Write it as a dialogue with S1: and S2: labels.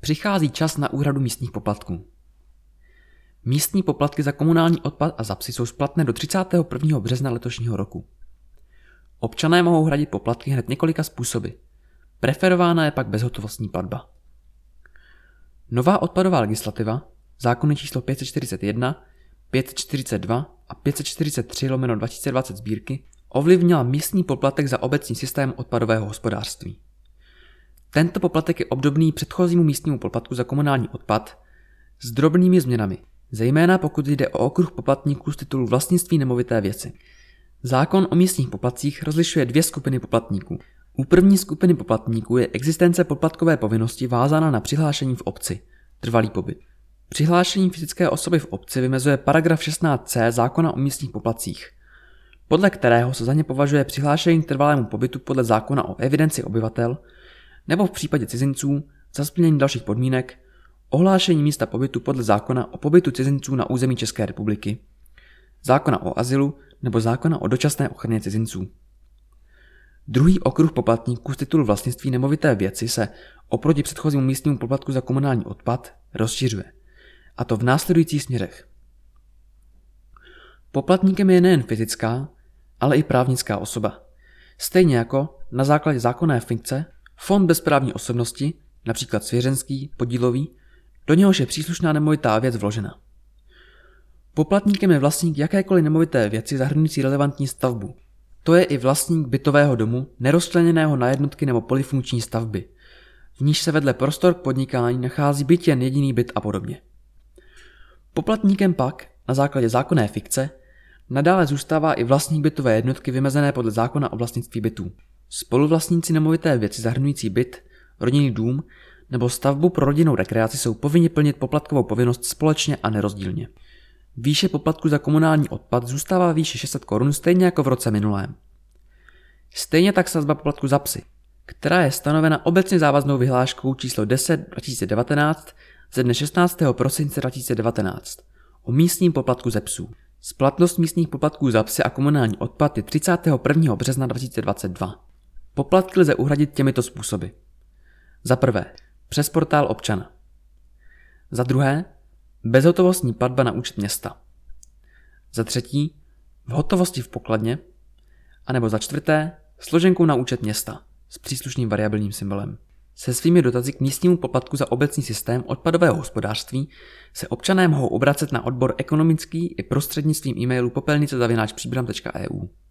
S1: Přichází čas na úhradu místních poplatků. Místní poplatky za komunální odpad a za psy jsou splatné do 31. března letošního roku. Občané mohou hradit poplatky hned několika způsoby. Preferována je pak bezhotovostní platba. Nová odpadová legislativa, zákony číslo 541, 542 a 543/2020 sbírky, ovlivnila místní poplatek za obecní systém odpadového hospodářství. Tento poplatek je obdobný předchozímu místnímu poplatku za komunální odpad s drobnými změnami, zejména pokud jde o okruh poplatníků z titulu vlastnictví nemovité věci. Zákon o místních poplatcích rozlišuje dvě skupiny poplatníků. U první skupiny poplatníků je existence poplatkové povinnosti vázána na přihlášení v obci, trvalý pobyt. Přihlášení fyzické osoby v obci vymezuje paragraf 16c zákona o místních poplatcích, podle kterého se za ně považuje přihlášení k trvalému pobytu podle zákona o evidenci obyvatel nebo v případě cizinců za splnění dalších podmínek ohlášení místa pobytu podle zákona o pobytu cizinců na území České republiky, zákona o azylu nebo zákona o dočasné ochraně cizinců. Druhý okruh poplatníků z titulu vlastnictví nemovité věci se oproti předchozímu místnímu poplatku za komunální odpad rozšiřuje, a to v následujících směrech. Poplatníkem je nejen fyzická, ale i právnická osoba. Stejně jako na základě zákonné fikce fond bez právní osobnosti, například svěřenský, podílový, do něhož je příslušná nemovitá věc vložena. Poplatníkem je vlastník jakékoliv nemovité věci zahrnující relevantní stavbu. To je i vlastník bytového domu, nerozčleněného na jednotky nebo polyfunkční stavby, v níž se vedle prostor k podnikání nachází byt jen jediný byt a podobně. Poplatníkem pak, na základě zákonné fikce, nadále zůstává i vlastník bytové jednotky vymezené podle zákona o vlastnictví bytů. Spoluvlastníci nemovité věci zahrnující byt, rodinný dům nebo stavbu pro rodinnou rekreaci jsou povinni plnit poplatkovou povinnost společně a nerozdílně. Výše poplatku za komunální odpad zůstává výše 600 Kč stejně jako v roce minulém. Stejně tak sazba poplatku za psy, která je stanovena obecně závaznou vyhláškou číslo 10/2019 ze dne 16. prosince 2019 o místním poplatku ze psů. Splatnost místních poplatků za psy a komunální odpad je 31. března 2022. Poplatky lze uhradit těmito způsoby. Za prvé, přes portál občana. Za druhé, bezhotovostní platba na účet města. Za třetí, v hotovosti v pokladně. A nebo za čtvrté, složenkou na účet města s příslušným variabilním symbolem. Se svými dotazy k místnímu poplatku za obecní systém odpadového hospodářství se občané mohou obracet na odbor ekonomický i prostřednictvím e-mailu popelnice@příbram.eu.